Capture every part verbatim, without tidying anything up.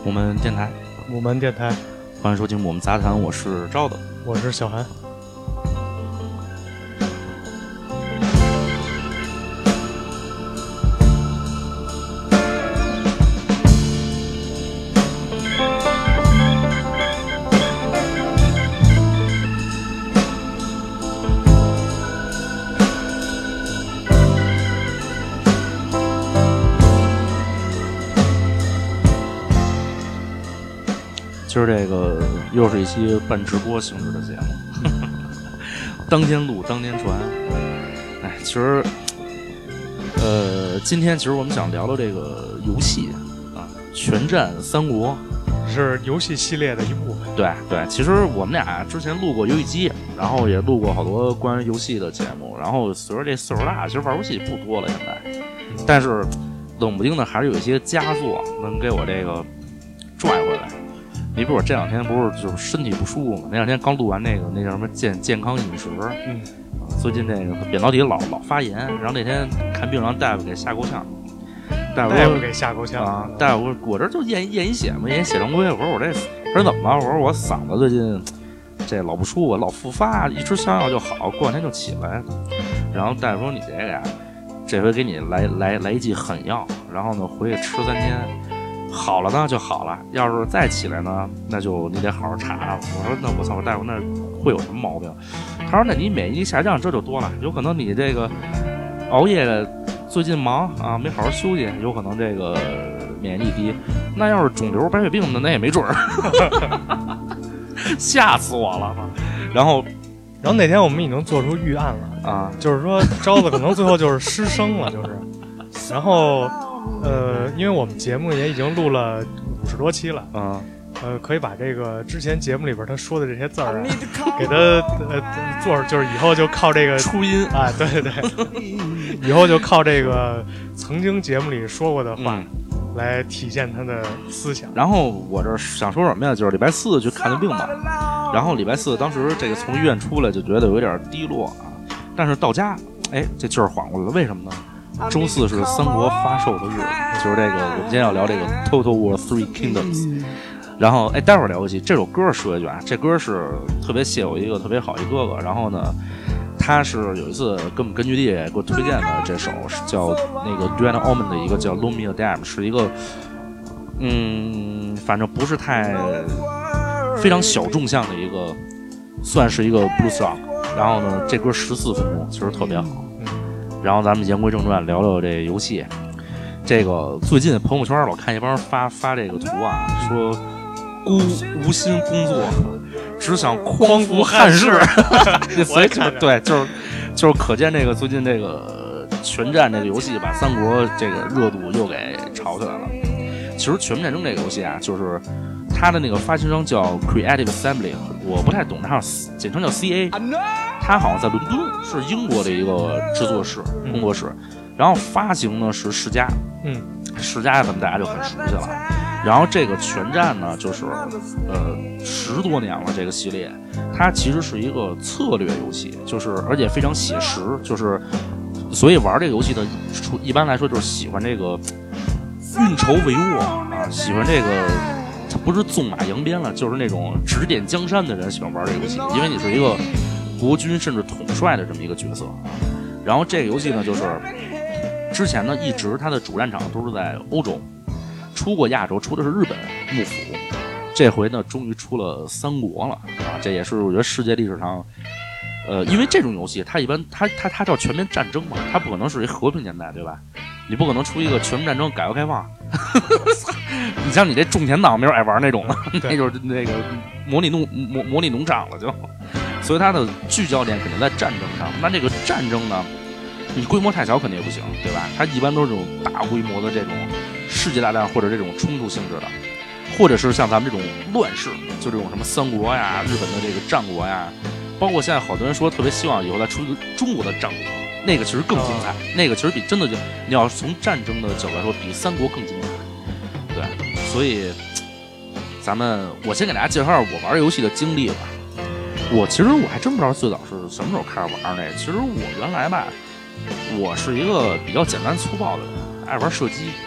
我们电台， 我们电台， 欢迎收听我们杂谈，我是赵的， 我是小韩。 今儿这个又是一期半直播性质的节目，当天录当天传。哎，其实，呃，今天其实我们想聊聊这个游戏啊，《全战三国》 是游戏系列的一部分。 对对，其实我们俩之前录过游戏机，然后也录过好多关于游戏的节目。然后随着这岁数大，其实玩游戏不多了现在，但是冷不丁的还是有一些佳作能给我这个拽回来。你比如我这两天不是就是身体不舒服嘛？那两天刚录完那个那叫什么健健康饮食， 嗯， 最近这个扁桃体老老发炎，然后那天看病让大夫给下够呛，大夫大夫给下够呛啊！大夫我这就验验一血嘛，验血常规。我说我这我说怎么了？我说我嗓子最近这老不舒服，老复发，一吃香药就好，过两天就起来。然后大夫说你这个呀，这回给你来来来一剂狠药，然后呢回去吃三天。好了呢就好了，要是再起来呢，那就你得好好查。我说那我操，大夫那会有什么毛病？他说那你免疫力下降这就多了，有可能你这个熬夜最近忙啊，没好好休息，有可能这个免疫力低。那要是肿瘤白血病呢，那也没准儿，吓死我了。然后， 然后那天我们已经做出预案了啊， 就是说招子可能最后就是失声了，就是，然后。呃，因为我们节目也已经录了五十多期了， 嗯， 呃，可以把这个之前节目里边他说的这些字儿、啊，给他呃做，就是以后就靠这个出音啊，对对对，以后就靠这个曾经节目里说过的话、嗯、来体现他的思想。 然后我这想说什么呀？就是礼拜四去看的病嘛，然后礼拜四当时这个从医院出来就觉得有点低落啊，但是到家，哎，这劲儿缓过来了，为什么呢？周四是三国发售的日子，就是这个我们今天要聊这个 Total War Three Kingdoms。然后哎，待会儿聊过去，这首歌说一句啊，这歌是特别谢我一个特别好一哥哥，然后呢，他是有一次跟我们根据地给我推荐的这首是叫那个 Duane Allman 的一个叫 Loan Me a Dime， 是一个嗯，反正不是太非常小众向的一个，算是一个 blues rock。然后呢，这歌十四分钟，其实特别好。然后咱们言归正传，聊聊这游戏。这个最近朋友圈老看一帮人发发这个图啊，说孤无心工作，只想匡扶汉室。所以就对，就是就是可见这个最近这个全战这个游戏把三国这个热度又给炒起来了。其实全面战争这个游戏啊，就是它的那个发行商叫 Creative Assembly， 我不太懂，它简称叫 C A。它好像在伦敦，是英国的一个制作室、工作室，然后发行呢是世嘉， 嗯， 世嘉咱们大家就很熟悉了。然后这个全战呢，就是呃十多年了，这个系列，它其实是一个策略游戏，就是而且非常写实，就是所以玩这个游戏的，一般来说就是喜欢这个运筹帷幄啊，喜欢这个。它不是纵马扬鞭了，就是那种指点江山的人喜欢玩这个游戏，因为你是一个国军甚至统帅的这么一个角色。然后这个游戏呢，就是之前呢一直它的主战场都是在欧洲，出过亚洲，出的是日本幕府，这回呢终于出了三国了啊！这也是我觉得世界历史上，呃，因为这种游戏它一般它它它叫全面战争嘛，它不可能是一和平年代，对吧？你不可能出一个全面战争改革开放。你像你这种田党没人爱玩那种的，那就是那个模拟农模模拟农场了就，所以它的聚焦点肯定在战争上。那这个战争呢，你规模太小肯定也不行，对吧？它一般都是这种大规模的这种世界大战或者这种冲突性质的，或者是像咱们这种乱世，就这种什么三国呀、日本的这个战国呀，包括现在好多人说特别希望以后再出一个中国的战国。那个其实更精彩，那个其实比真的就你要从战争的角度来说，比三国更精彩。对，所以咱们我先给大家介绍我玩游戏的经历吧。我其实我还真不知道最早是什么时候开始玩那个。其实我原来吧，我是一个比较简单粗暴的人，爱玩射击。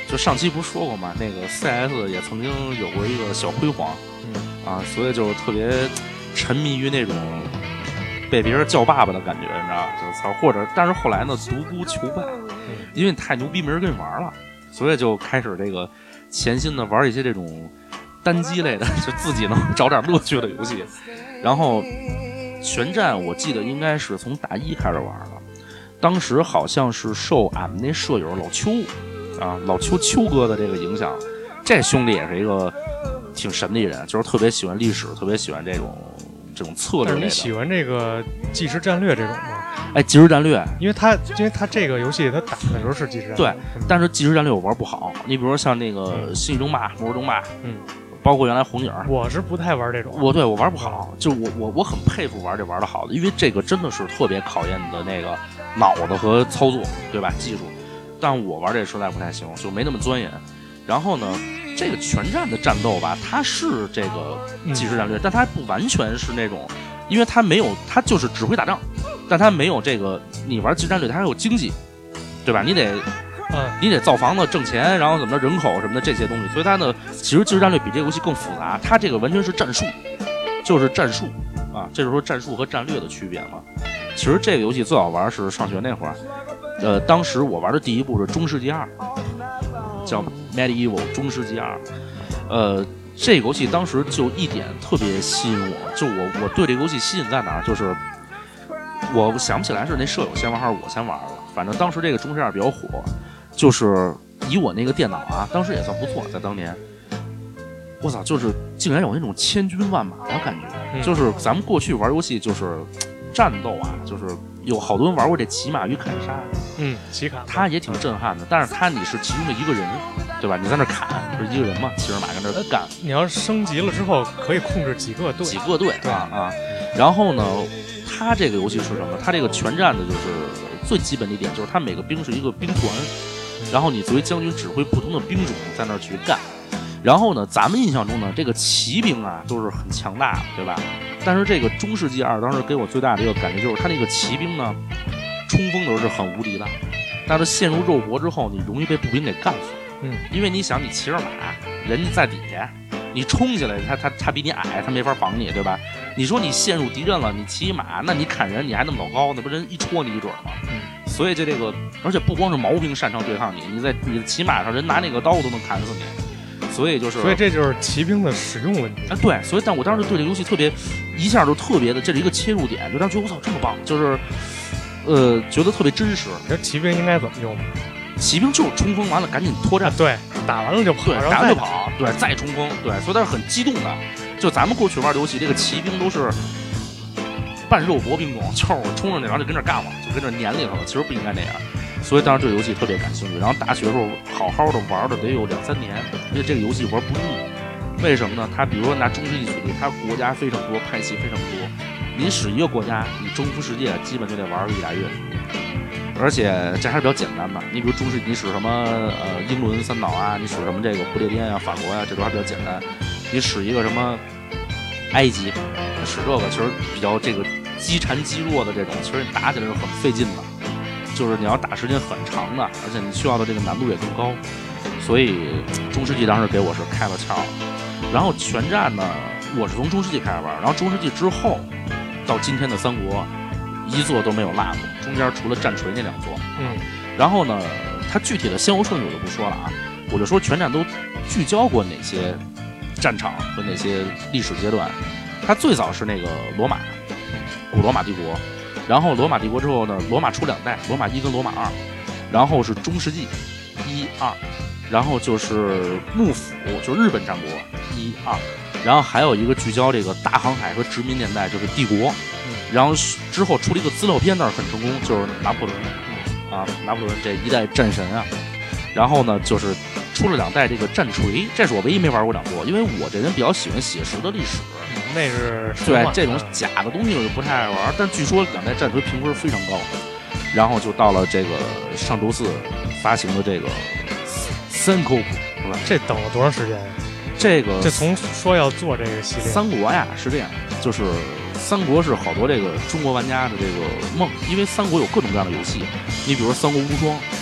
就上期不是说过吗？那个 C S 也曾经有过一个小辉煌， 嗯啊，所以就特别沉迷于那种被别人叫爸爸的感觉，你知道？就操，或者但是后来呢，独孤求败，因为太牛逼，没人跟你玩了，所以就开始这个潜心的玩一些这种单机类的，就自己能找点乐趣的游戏。然后全战我记得应该是从大一开始玩的，当时好像是受俺们那舍友老邱啊，老邱邱哥的这个影响，这兄弟也是一个挺神的一人，就是特别喜欢历史，特别喜欢这种这种策略类的。 但是你喜欢这个即时战略这种吗？ 哎，即时战略， 因为他因为他这个游戏他打的时候是即时战略， 对，但是即时战略我玩不好。你比如说像那个《星际争霸》《魔兽争霸》， 嗯， 包括原来红警， 我是不太玩这种。 我对我玩不好，就我我我很佩服玩这玩的好的，因为这个真的是特别考验你的那个脑子和操作，对吧？技术。但我玩这实在不太行，就没那么钻研。然后呢，这个全战的战斗吧，它是这个即时战略，嗯、但它不完全是那种，因为它没有，它就是指挥打仗，但它没有这个你玩即时战略，它还有经济，对吧？你得， 嗯， 你得造房子挣钱，然后怎么着人口什么的这些东西，所以它呢，其实即时战略比这个游戏更复杂，它这个完全是战术，就是战术啊，这就是说战术和战略的区别嘛。其实这个游戏最好玩是上学那会儿。呃，当时我玩的第一部是《中世纪二》，叫《Medieval 中世纪二》。呃，这个游戏当时就一点特别吸引我，就我我对这个游戏吸引在哪儿，就是我想不起来是那舍友先玩还是我先玩了，反正当时这个《中世纪二》比较火，就是以我那个电脑啊，当时也算不错，在当年。我操，就是竟然有那种千军万马的感觉， 嗯、 就是咱们过去玩游戏就是战斗啊，就是有好多人玩过这骑马与砍杀， 嗯，骑砍， 他也挺震撼的。但是他你是其中的一个人，对吧？你在那砍，不是一个人嘛，骑着马跟那干。 你要升级了之后，可以控制几个队， 几个队啊啊。然后呢，他这个游戏是什么？他这个全战的就是最基本的一点，就是他每个兵是一个兵团，然后你作为将军指挥不同的兵种在那儿去干。然后呢，咱们印象中呢，这个骑兵啊都是很强大的，对吧？但是这个中世纪二当时给我最大的一个感觉就是，他那个骑兵呢，冲锋的时候是很无敌的，但是陷入肉搏之后，你容易被步兵给干死。 嗯， 因为你想，你骑着马，人家在底下，你冲起来，他他他比你矮，他没法防你，对吧？你说你陷入敌阵了，你骑马，那你砍人，你还那么老高，那不人一戳你一准吗？ 嗯， 所以就这个，而且不光是毛兵擅长对抗你，你在你的骑马上，人拿那个刀都能砍死你。所以就是， 所以这就是骑兵的使用问题啊。对，所以但我当时对这个游戏特别，一下就特别的，这是一个切入点，就当时觉得我操这么棒，就是，呃，觉得特别真实。 这骑兵应该怎么用？ 骑兵就是冲锋完了赶紧脱战， 啊、对，打完了就跑， 对，打完就跑，对，再冲锋，对，所以他是很激动的。就咱们过去玩的游戏，这个骑兵都是半肉搏兵种，就是我冲上去，然后就跟这干了，就跟这粘里头了。其实不应该那样。所以当时对游戏特别感兴趣，然后大学的时候好好的玩的得有两三年，因为这个游戏玩不腻。为什么呢？它比如说拿中世纪举例，它国家非常多，派系非常多。你使一个国家，你征服世界，基本就得玩个一俩月。而且这还是比较简单的。你比如中世纪，你使什么呃英伦三岛啊，你使什么这个不列颠啊、法国啊，这都还比较简单。你使一个什么埃及，使这个其实比较这个积残积弱的这种，其实你打起来是很费劲的。就是你要打时间很长的，而且你需要的这个难度也更高，所以中世纪当时给我是开了窍。然后全战呢，我是从中世纪开始玩，然后中世纪之后到今天的三国，一座都没有落过，中间除了战锤那两座。 嗯， 然后呢，它具体的先后顺序我就不说了啊，我就说全战都聚焦过哪些战场和哪些历史阶段。它最早是那个罗马，古罗马帝国。然后罗马帝国之后呢，罗马出两代，罗马一跟罗马二，然后是中世纪一二，然后就是幕府，就是日本战国一二，然后还有一个聚焦这个大航海和殖民年代，就是帝国，然后之后出了一个资料片，那是很成功，就是拿破仑啊，拿破仑这一代战神啊，然后呢就是出了两代这个战锤，这是我唯一没玩过两座，因为我这人比较喜欢写实的历史。 那是对这种假的东西我就不太爱玩，但据说两代战锤评分非常高。然后就到了这个上周四发行的这个三国，是吧？ 这等了多长时间呀？ 这个这从说要做这个系列， 三国呀是这样，就是三国是好多这个中国玩家的这个梦，因为三国有各种各样的游戏，你比如说三国无双、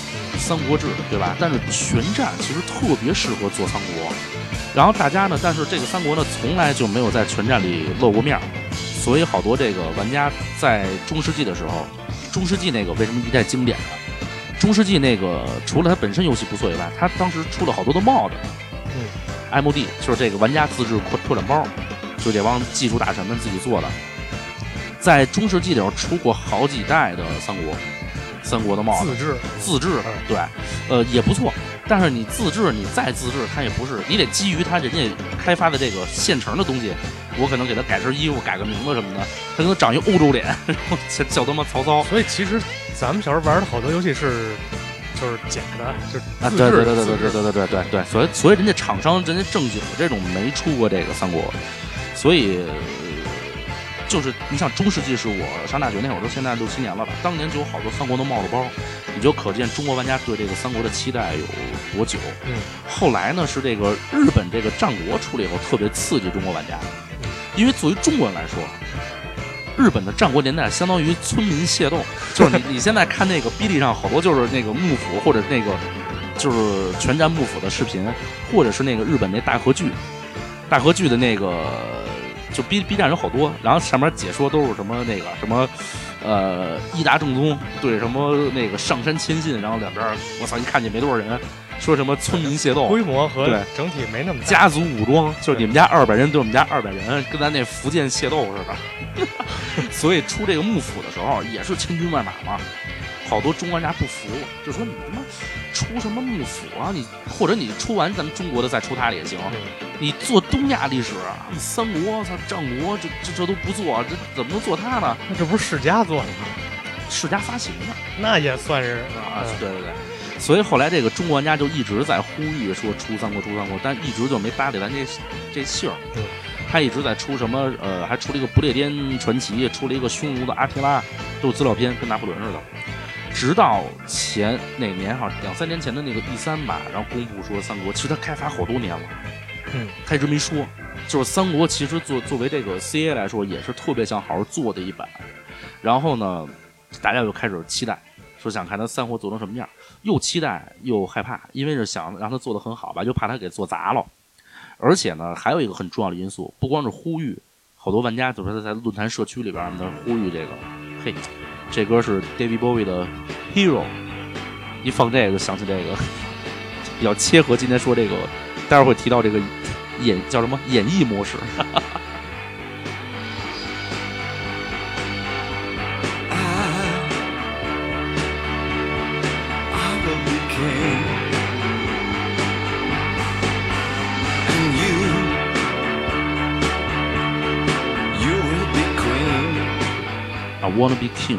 三国志，对吧？但是全战其实特别适合做三国。然后大家呢，但是这个三国呢，从来就没有在全战里露过面，所以好多这个玩家在中世纪的时候，中世纪那个为什么一代经典呢？中世纪那个除了它本身游戏不错以外，它当时出了好多的 mod， 嗯 ，M O D 就是这个玩家自制扩拓展包，就这帮技术大神们自己做的。在中世纪里头出过好几代的三国，三国的 mod 自制自制，对，呃也不错。但是你自制，你再自制，它也不是，你得基于它人家开发的这个现成的东西，我可能给它改身衣服、改个名字什么的，它可能长一欧洲脸，然后叫他妈曹操。 所以其实咱们小时候玩的好多游戏是，就是假的，就是啊，对对对对对对对对对对对，所以所以人家厂商人家正经的这种没出过这个三国，所以。就是你像中世纪是我上大学那会儿，都现在六七年了吧，当年就有好多三国的帽子包，你就可见中国玩家对这个三国的期待有多久。 嗯， 后来呢是这个日本这个战国出来以后，特别刺激中国玩家，因为作为中国人来说，日本的战国年代相当于村民械斗，就是你你现在看那个哔哩上好多就是那个幕府或者那个就是全战幕府的视频，或者是那个日本那大和剧，大和剧的那个。就 B B 站有好多，然后上面解说都是什么那个什么，呃，伊达正宗对什么那个上山谦信，然后两边我操一看见没多少人，说什么村民械斗， 规模和整体没那么大， 家族武装，就是你们家二百人对我们家二百人，跟咱那福建械斗似的。所以出这个幕府的时候也是千军万马嘛。好多中国玩家不服，就说你他妈出什么幕府啊？你或者你出完咱们中国的再出他的也行。你做东亚历史，你三国、他战国，这这这都不做，这怎么能做他呢？ 那这不是世家做的吗？ 世家发行的， 那也算是啊，对对对。所以后来这个中国玩家就一直在呼吁说出三国出三国，但一直就没搭理咱这这信儿。 嗯， 他一直在出什么呃，还出了一个不列颠传奇，出了一个匈奴的阿提拉，都是资料片，跟拿破仑似的。直到前哪年哈，两三年前的那个 E 三吧，然后公布说三国，其实它开发好多年了， 嗯， 他一直没说。就是三国其实作作为这个 C A 来说，也是特别想好好做的一版。然后呢，大家又开始期待，说想看他三国做成什么样，又期待又害怕，因为是想让他做得很好吧，又怕他给做砸了。而且呢，还有一个很重要的因素，不光是呼吁，好多玩家就是在论坛社区里边的呼吁这个，嘿。这歌是 David Bowie 的 Hero， 一放这个想起这个，比较切合今天说这个，待会儿会提到这个演叫什么演绎模式。I wanna be king。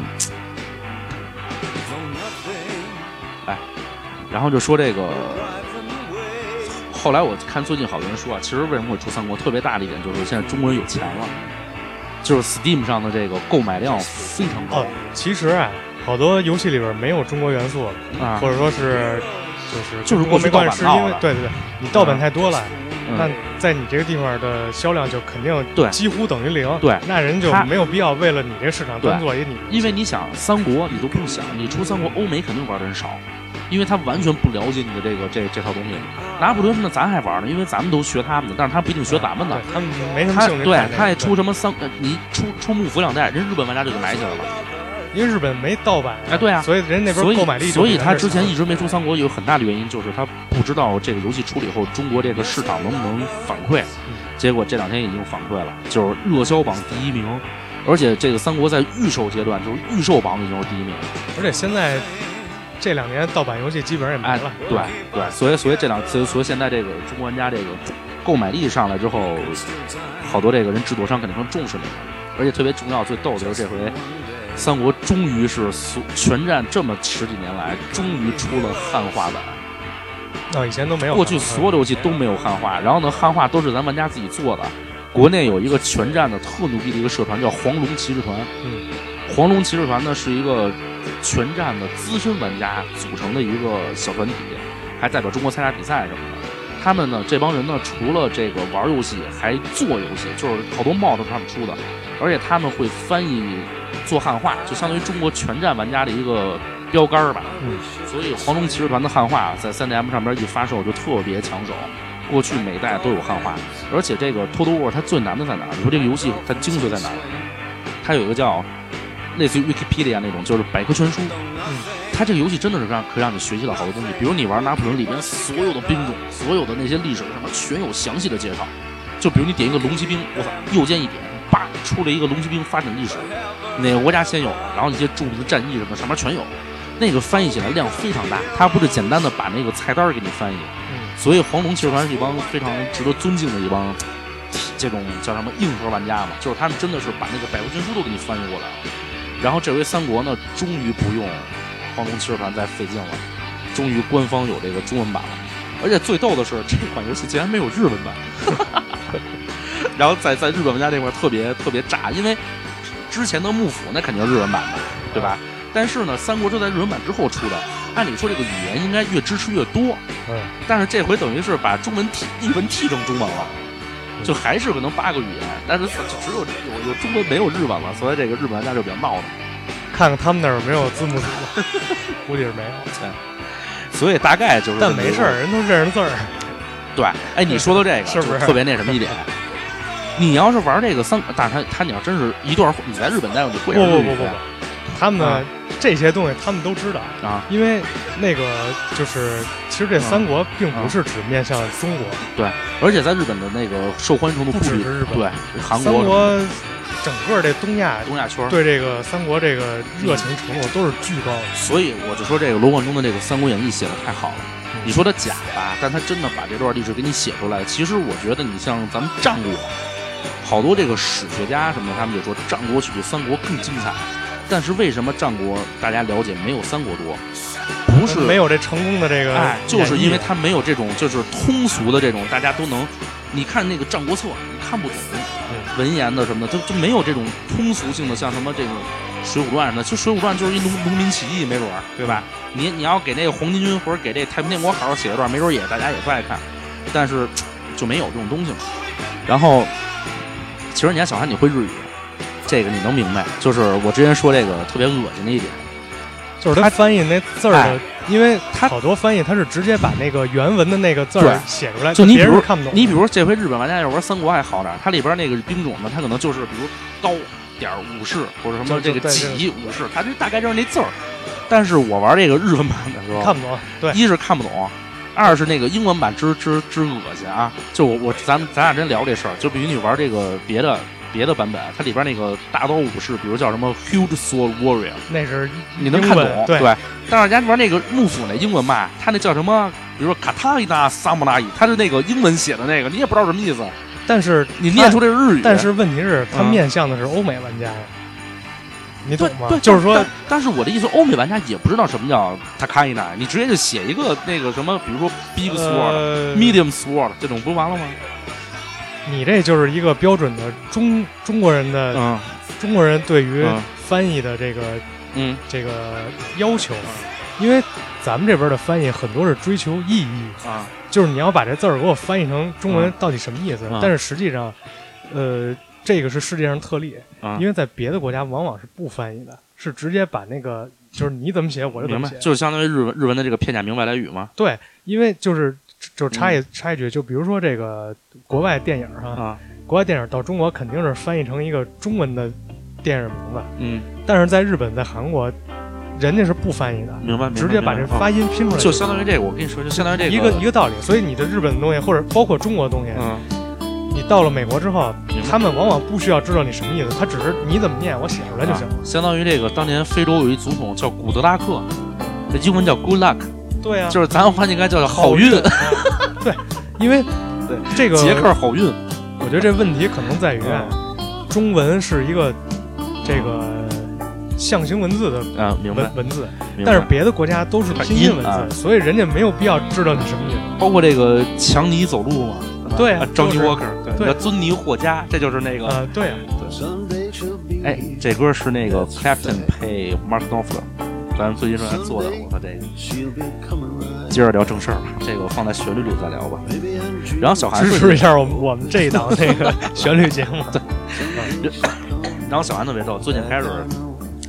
哎，然后就说这个，后来我看最近好多人说啊，其实为什么会出三国，特别大的一点就是现在中国人有钱了，就是 Steam 上的这个购买量非常高。 哦，其实啊，好多游戏里边没有中国元素， 啊， 或者说是就是就是过没关系，是因为了对对对，你盗版太多了。 嗯、 那在你这个地方的销量就肯定对几乎等于零， 对， 那人就没有必要为了你这市场端做一个你， 因为你想三国你都不想，你出三国欧美肯定玩的人少，因为他完全不了解你的这个这这套东西。拿破仑呢咱还玩呢，因为咱们都学他们的，但是他不一定学咱们的， 他们没什么兴趣。 对，他也出什么三，你出出幕府两代，人日本玩家就给买起来了。 因为日本没盗版， 哎，对啊， 所以人那边购买力就， 所以他之前一直没出三国，有很大的原因就是他不知道这个游戏出了以后，中国这个市场能不能反馈。结果这两天已经反馈了，就是热销榜第一名，而且这个三国在预售阶段，就是预售榜已经是第一名。 而且现在这两年盗版游戏基本上也没了。 哎、对对，所以所以这两次，所以现在这个中国玩家这个购买力上来之后，好多这个人制作商肯定更重视你们，而且特别重要，最逗的就是这回。三国终于是全战这么十几年来，终于出了汉化版。 哦，以前都没有。 过去所有的游戏都没有汉化，然后呢，汉化都是咱玩家自己做的。国内有一个全战的特牛逼的一个社团，叫黄龙骑士团。 嗯， 黄龙骑士团呢是一个全战的资深玩家组成的一个小团体，还代表中国参加比赛什么的。他们呢，这帮人呢，除了这个玩游戏，还做游戏，就是好多 mod 都是他们出的，而且他们会翻译。做汉化就相当于中国全战玩家的一个标杆吧。 嗯， 所以黄龙骑士团的汉化在 三 D M 上边一发售就特别抢手。过去每代都有汉化，而且这个 Total War 它最难的在哪儿？你说这个游戏它精髓在哪儿？它有一个叫类似于 Wikipedia 那种，就是百科全书。 嗯， 它这个游戏真的是让可以让你学习到好多东西，比如你玩拿破仑里边所有的兵种，所有的那些历史什么全有详细的介绍。就比如你点一个龙骑兵，我操，右键一点，叭出了一个龙骑兵发展历史，哪个国家先有，然后一些著名的战役什么上面全有。那个翻译起来量非常大，它不是简单的把那个菜单给你翻译。 嗯， 所以黄龙骑士团是一帮非常值得尊敬的一帮这种叫什么硬核玩家嘛，就是他们真的是把那个百科全书都给你翻译过来了。然后这回三国呢，终于不用黄龙骑士团再费劲了，终于官方有这个中文版了。而且最逗的是，这款游戏竟然没有日文版。然后在在日本玩家这块特别特别炸，因为之前的幕府那肯定是日文版的，对吧？但是呢，三国是在日文版之后出的，按理说这个语言应该越支持越多。 嗯， 但是这回等于是把中文替译文替成中文了，就还是可能八个语言，但是就只有有有中文没有日文了，所以这个日本玩家就比较闹腾。 看看他们那儿有没有字幕组，估计是没有。 对，所以大概就是， 但没事儿，人都认识字儿。 对，哎，你说到这个是不是特别那什么一点？你要是玩这个三，但他他你要真是一段，你在日本待过，你会日语。 不不不不不，他们、啊、这些东西他们都知道啊， 因为那个就是其实这三国并不是只面向中国， 啊、对，而且在日本的那个受欢迎程度不只是日本， 对，韩国、 三国整个这东亚东亚圈对这个三国这个热情程度都是巨高的， 所以我就说这个罗贯中的这个《三国演义》写的太好了。嗯、你说他假吧，但他真的把这段历史给你写出来。其实我觉得你像咱们战国，好多这个史学家什么的，他们就说战国比三国更精彩。但是为什么战国大家了解没有三国多？不是没有这成功的这个， 哎，就是因为他没有这种就是通俗的这种大家都能，你看那个战国策你看不懂，文言的什么的，就就没有这种通俗性的，像什么这种水浒传什么的。其实水浒传就是一农农民起义，没准儿对吧？你你要给那个黄巾军或者给这太平天国好好写一段，没准也大家也不爱看，但是就没有这种东西嘛。然后，其实你看小韩你会日语。这个你能明白，就是我之前说这个特别恶心的一点， 就是他翻译那字儿的、哎，因为他好多翻译他是直接把那个原文的那个字儿写出来， 就你比如看不懂。 你比如这回日本玩家要玩三国还好点，它里边那个兵种呢，它可能就是比如刀点武士或者什么这个戟武士，它就大概就是那字儿。但是我玩这个日文版的时候看不懂，对， 一是看不懂，二是那个英文版之之之恶心啊！就我我咱咱俩真聊这事儿，就比如你玩这个别的。别的版本，它里边那个大刀武士，比如叫什么 Huge Sword Warrior， 那是你能看懂， 对。 对但是人家玩那个幕府那英文嘛，他那叫什么？比如说卡塔伊纳萨姆拉伊，他是那个英文写的那个，你也不知道什么意思。 但是你念出这是日语， 但是问题是，他面向的是欧美玩家呀、嗯，你懂吗？ 对， 就是说但， 但是我的意思，欧美玩家也不知道什么叫塔卡伊纳，你直接就写一个那个什么，比如说 Big Sword、呃、Medium Sword 这种，不完了吗？ 你这就是一个标准的中中国人的、嗯、中国人对于翻译的这个嗯这个要求，因为咱们这边的翻译很多是追求意义啊， 就是你要把这字儿给我翻译成中文到底什么意思？ 嗯、 但是实际上，呃，这个是世界上特例， 嗯、 因为在别的国家往往是不翻译的，是直接把那个就是你怎么写我就怎么写， 就是相当于日文日文的这个片假名外来语嘛。 对，因为就是。就是插一、嗯、插一句，就比如说这个国外电影哈、 啊， 国外电影到中国肯定是翻译成一个中文的电影名字， 嗯， 但是在日本、在韩国，人家是不翻译的， 明白？ 直接把这发音拼出来， 就相当于这个。我跟你说，就相当于这个一个一个道理。所以你的日本的东西，或者包括中国的东西， 嗯， 你到了美国之后，他们往往不需要知道你什么意思，他只是你怎么念，我写出来就行了。 啊、相当于这个，当年非洲有一总统叫古德拉克，这英文叫 Good Luck。 对啊， 就是咱翻译应该叫好运。 对，因为对这个捷克好运， 我觉得这问题可能在于、 嗯、 中文是一个这个象形文字的文、 啊、明白文字，但是别的国家都是拼音文字， 啊、 所以人家没有必要知道你什么意思。 包括这个强尼走路嘛， 对啊， 张尼沃克， 对， 尊尼霍加，这就是那个， 呃，对啊， 对。哎，这歌是那个 Clapton 配 Mark Knopfler。咱最近正在做的，我操这个，接着聊正事儿吧，这个放在旋律里再聊吧。然后小韩支持一下我们我们这一档那个旋律节目， 对。然后小韩特别逗，最近开始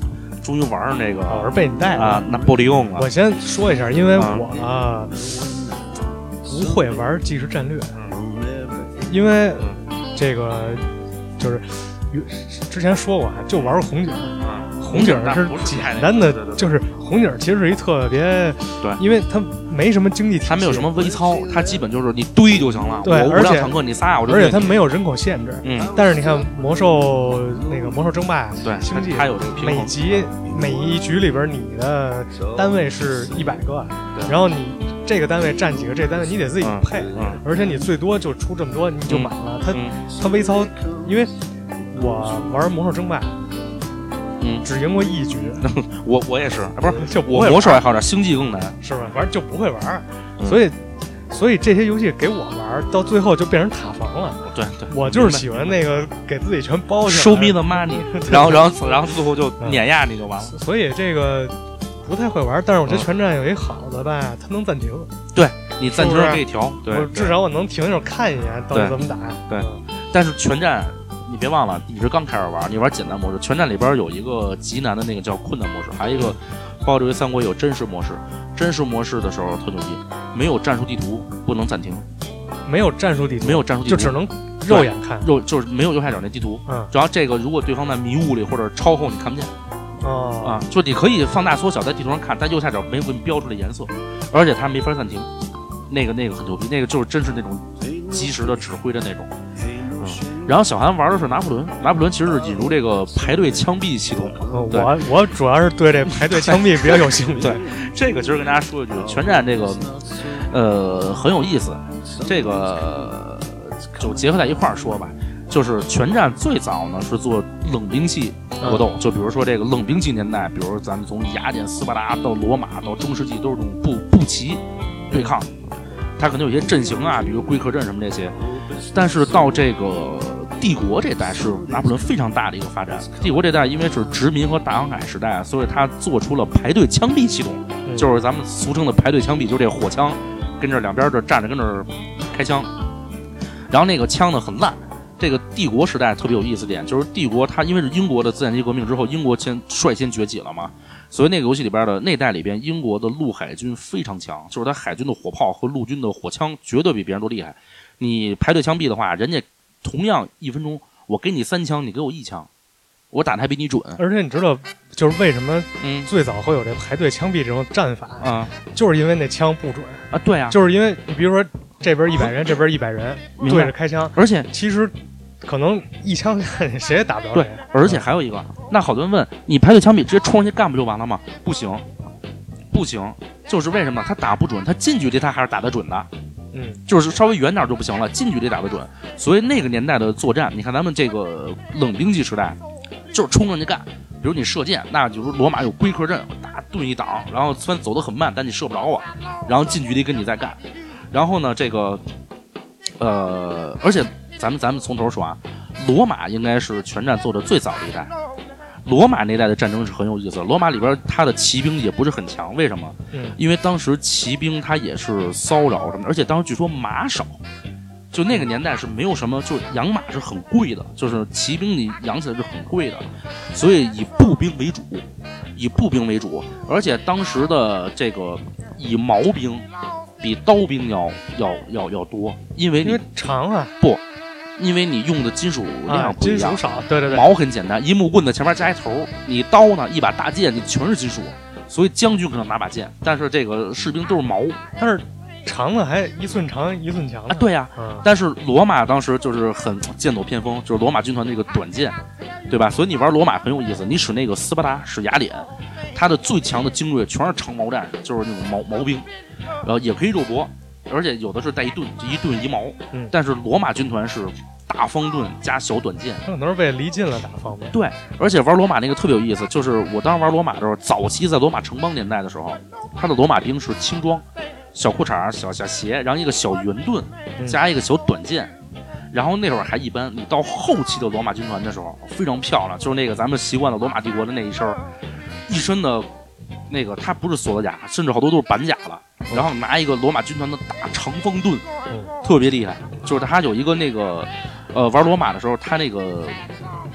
终于玩上这个， 我是被你带的啊，拿玻璃用了。 我先说一下，因为我呢、嗯、不会玩即时战略，因为这个就是之前说过，就玩红警。红警是简单的，就是红警其实是一特别对， 因为它没什么经济体系， 它没有什么微操，它基本就是你堆就行了。 对， 我五辆坦克你仨，我就而且它没有人口限制。 嗯， 但是你看魔兽那个魔兽争霸， 对， 星际它有这个平衡。 每集每一局里边，你的单位是一百个，然后你这个单位占几个，这个单位你得自己配， 嗯嗯、 而且你最多就出这么多，你就满了。它、 嗯、 它微操，因为我玩魔兽争霸。 嗯， 只赢过一局， 我我也是，啊、不是就不会我魔兽还好点，星际更难， 是吧？反正就不会玩， 嗯、 所以所以这些游戏给我玩，到最后就变成塔防了。 对对， 我就是喜欢那个给自己全包起来， 收 me the money， 然后然后然后最后就碾压你就完了。 嗯、所以这个不太会玩，但是我觉得全战有一好的吧，它能暂停。 对你暂停可以调，对， 我至少我能停一会儿看一眼到底怎么打。 对，嗯、但是全战。你别忘了，你是刚开始玩，你玩简单模式。全战里边有一个极难的那个叫困难模式，还有一个包括这回三国有真实模式。真实模式的时候特牛逼，没有战术地图，不能暂停。 没有战术地图， 没有战术地图， 就只能肉眼看， 肉就是没有右下角那地图。 嗯， 然后这个如果对方在迷雾里或者超后，你看不见。 哦啊，就你可以放大缩小在地图上看，但右下角没给你标出来颜色，而且它没法暂停。那个那个很牛逼，那个就是真是那种及时的指挥的那种。然后小韩玩的是拿破仑，拿破仑其实是引入这个排队枪毙系统。 我我主要是对这排队枪毙比较有兴趣。 对，这个其实跟大家说一句，全战这个呃很有意思，这个就结合在一块儿说吧。就是全战最早呢是做冷兵器格斗，嗯、就比如说这个冷兵器年代，比如咱们从雅典、斯巴达到罗马到中世纪都是这种步步骑对抗，它可能有些阵型啊，比如龟壳阵什么这些。但是到这个帝国这代是拿破仑非常大的一个发展。帝国这代因为是殖民和大航海时代，所以他做出了排队枪毙系统， 嗯、 就是咱们俗称的排队枪毙，就是这火枪跟这两边这站着跟这开枪，然后那个枪呢很烂。这个帝国时代特别有意思点，就是帝国它因为是英国的资产阶级革命之后，英国先率先崛起了嘛，所以那个游戏里边的那代里边，英国的陆海军非常强，就是它海军的火炮和陆军的火枪绝对比别人都厉害。你排队枪毙的话，人家同样一分钟，我给你三枪，你给我一枪，我打的还比你准。 而且你知道，就是为什么嗯最早会有这排队枪毙这种战法啊、 嗯，就是因为那枪不准啊，对啊， 就是因为你比如说这边一百人，这边一百人对着开枪， 而且其实。可能一枪谁也打不着。 对，而且还有一个，那好多人问你排队枪毙直接冲上去干不就完了吗？不行，不行，就是为什么他打不准，他近距离他还是打得准的。 嗯， 就是稍微远点就不行了，近距离打得准。所以那个年代的作战，你看咱们这个冷兵器时代，就是冲上去干。比如你射箭，那比如罗马有龟壳阵，大盾一挡，然后虽然走得很慢，但你射不着我，然后近距离跟你再干。然后呢，这个，呃，而且。咱们咱们从头说啊，罗马应该是全战做的最早的一代。罗马那代的战争是很有意思的，罗马里边他的骑兵也不是很强，为什么？ 嗯， 因为当时骑兵他也是骚扰什么的，而且当时据说马少，就那个年代是没有什么，就养马是很贵的，就是骑兵你养起来是很贵的，所以以步兵为主，以步兵为主，而且当时的这个以毛兵比刀兵要要要要多，因为你因为长啊不。因为你用的金属量不一样， 啊、金属少，对对对， 矛很简单，一木棍子前面加一头，你刀呢一把大剑，你全是金属，所以将军可能拿把剑，但是这个士兵都是矛， 但是长的还一寸长一寸强啊，对呀、啊嗯， 但是罗马当时就是很剑走偏锋，就是罗马军团那个短剑，对吧？所以你玩罗马很有意思，你使那个斯巴达，使雅典，他的最强的精锐全是长矛战士，就是那种毛毛兵，然后也可以肉搏。而且有的是带一盾，就一盾一矛， 嗯， 但是罗马军团是大方盾加小短剑， 可能是被离近了打方便。 对，而且玩罗马那个特别有意思，就是我当时玩罗马的时候，早期在罗马城邦年代的时候，他的罗马兵是轻装，小裤衩、小小鞋，然后一个小圆盾，加一个小短剑。嗯，然后那会儿还一般，你到后期的罗马军团的时候非常漂亮，就是那个咱们习惯了罗马帝国的那一身，一身的。那个他不是锁子甲，甚至好多都是板甲了，然后拿一个罗马军团的大长方盾， 嗯，特特别厉害。就是他有一个那个，呃，玩罗马的时候，他那个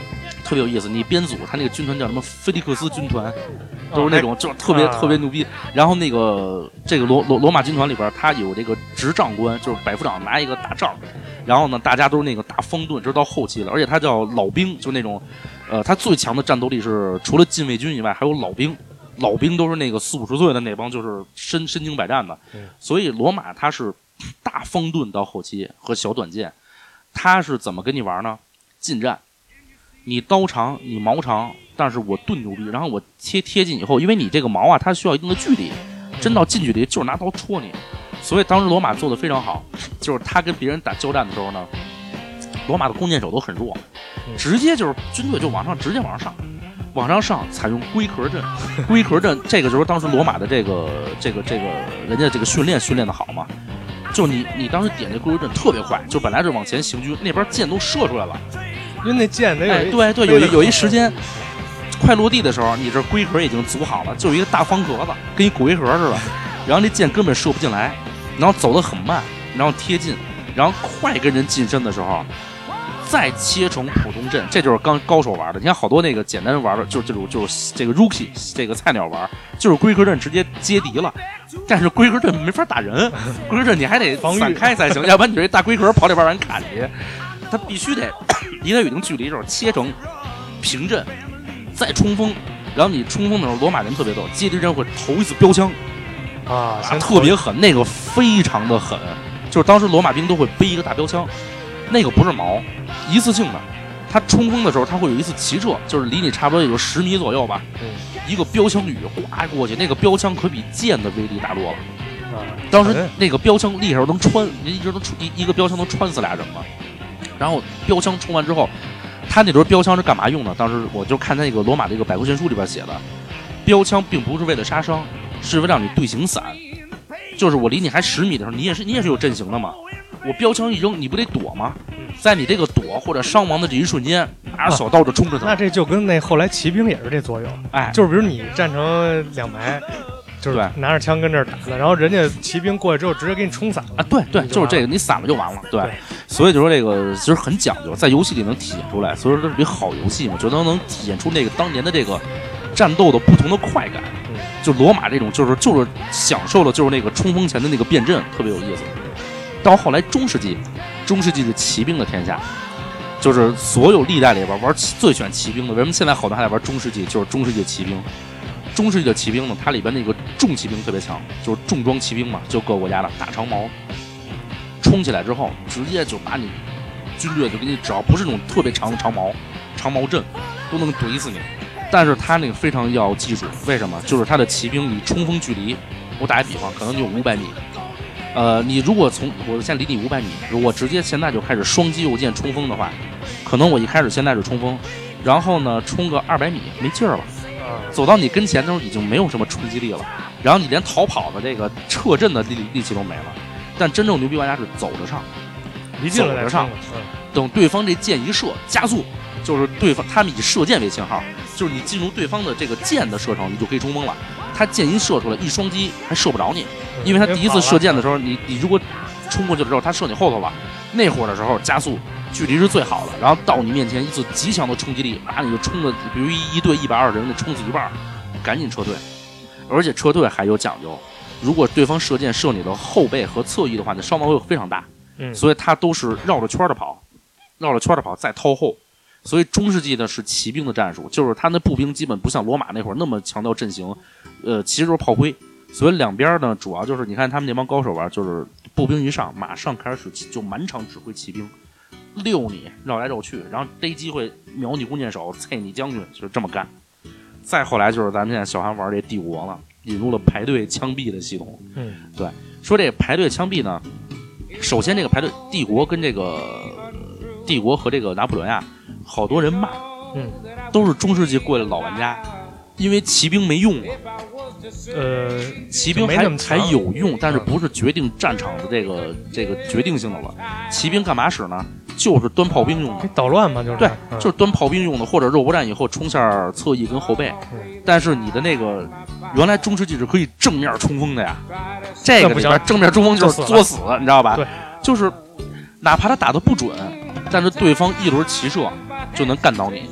特别有意思。你编组，他那个军团叫什么菲利克斯军团，都是那种就是特别、啊、特别牛逼。然后那个这个罗罗罗马军团里边，他有这个执仗官，就是百夫长拿一个大杖，然后呢，大家都是那个大方盾，这是到后期了。而且他叫老兵，就那种，呃，他最强的战斗力是除了禁卫军以外，还有老兵。老兵都是那个四五十岁的那帮，就是身身经百战的。所以罗马他是大方盾到后期和小短剑，他是怎么跟你玩呢？近战，你刀长，你矛长，但是我盾牛逼，然后我贴贴近以后，因为你这个矛啊，它需要一定的距离，真到近距离就是拿刀戳你。所以当时罗马做的非常好，就是他跟别人打交战的时候呢，罗马的弓箭手都很弱，直接就是军队就往上，直接往上上。往上上采用龟壳阵，龟壳阵这个就是当时罗马的这个这个这个人家这个训练训练的好嘛，就你你当时点这龟壳阵特别快，就本来是往前行军，那边箭都射出来了， 因为那箭得有、哎、 对对有一有一时间快落地的时候，你这龟壳已经组好了，就一个大方格子，跟一鬼壳似的，然后那箭根本射不进来，然后走得很慢，然后贴近，然后快跟人近身的时候。再切成普通阵，这就是刚高手玩的。你看好多那个简单玩的，就是这种就是这个 rookie 这个菜鸟玩，就是龟壳阵直接接敌了。但是龟壳阵没法打人，龟壳阵你还得散开才行，要不然你这大龟壳跑里边让人砍去。他必须得离他有一定距离，就是切成平阵，再冲锋。然后你冲锋的时候，罗马人特别逗，接敌人会投一次标枪啊， 特别狠，那个非常的狠。就是当时罗马兵都会背一个大标枪，那个不是矛。一次性的，他冲锋的时候，他会有一次齐射，就是离你差不多有十米左右吧，嗯、一个标枪雨刮过去，那个标枪可比箭的威力大多了。啊、当时那个标枪厉害能穿，一直能一一个标枪能穿死俩人嘛。然后标枪冲完之后，他那轮标枪是干嘛用的？当时我就看他那个罗马这个百科全书里边写的，标枪并不是为了杀伤，是为了让你队形散。就是我离你还十米的时候，你也是你也是有阵型的嘛。我标枪一扔，你不得躲吗？在你这个躲或者伤亡的这一瞬间，拿着小刀就冲着他、啊。 那这就跟那后来骑兵也是这作用， 哎， 就是比如你站成两排，就是拿着枪跟这儿打的，然后人家骑兵过去之后直接给你冲散了啊！对对，就是这个，你散了就完了。对，对所以就说这个其实很讲究，在游戏里能体现出来，所以说这是一好游戏嘛，就能能体现出那个当年的这个战斗的不同的快感。嗯、就罗马这种，就是就是享受了就是那个冲锋前的那个变阵，特别有意思。到后来中世纪，中世纪的骑兵的天下，就是所有历代里边玩最选骑兵的。为什么现在好多还在玩中世纪？就是中世纪的骑兵。中世纪的骑兵呢，它里边那个重骑兵特别强，就是重装骑兵嘛，就各个国家的大长矛，冲起来之后，直接就把你军队就给你，只要不是那种特别长的长矛、长矛阵，都能怼死你。但是它那个非常要技术，为什么？就是它的骑兵，你冲锋距离，我打个比方，可能就五百米。呃，你如果从我现在离你五百米，如果直接现在就开始双击右键冲锋的话，可能我一开始现在是冲锋，然后呢冲个二百米没劲儿了，走到你跟前的时候已经没有什么冲击力了，然后你连逃跑的这个撤阵的力力气都没了。但真正牛逼玩家是走着上， 离近了走着上，等对方这箭一射加速，就是对方他们以射箭为信号，就是你进入对方的这个箭的射程，你就可以冲锋了。他箭一射出来，一双击还射不着你，因为他第一次射箭的时候，你你如果冲过去的时候，他射你后头了，那会儿的时候加速距离是最好的，然后到你面前一次极强的冲击力，把你就冲的，比如一一队一百二十人的冲死一半，赶紧撤退，而且撤退还有讲究，如果对方射箭射你的后背和侧翼的话，你伤亡会非常大，嗯，所以他都是绕着圈的跑，绕着圈的跑再掏后。所以中世纪呢是骑兵的战术，就是他那步兵基本不像罗马那会儿那么强调阵型，呃，其实都是炮灰。所以两边呢主要就是你看他们那帮高手玩，就是步兵一上马上开始就满场指挥骑兵，溜你绕来绕去，然后逮机会瞄你弓箭手，啐你将军，就是这么干。再后来就是咱们现在小韩玩这帝国了，引入了排队枪毙的系统。嗯，对，说这个排队枪毙呢，首先这个排队帝国跟这个帝国和这个拿破仑呀。好多人骂，嗯，都是中世纪过来的老玩家，因为骑兵没用了，呃，骑兵还还有用，但是不是决定战场的这个这个决定性的了。骑兵干嘛使呢？就是端炮兵用的， 捣乱嘛，就是对，嗯、就是端炮兵用的，或者肉搏战以后冲下侧翼跟后背。嗯、但是你的那个原来中世纪是可以正面冲锋的呀，这个里边正面冲锋就是作死，你知道吧？ 对， 就是哪怕他打得不准。但是对方一轮齐射就能干倒你，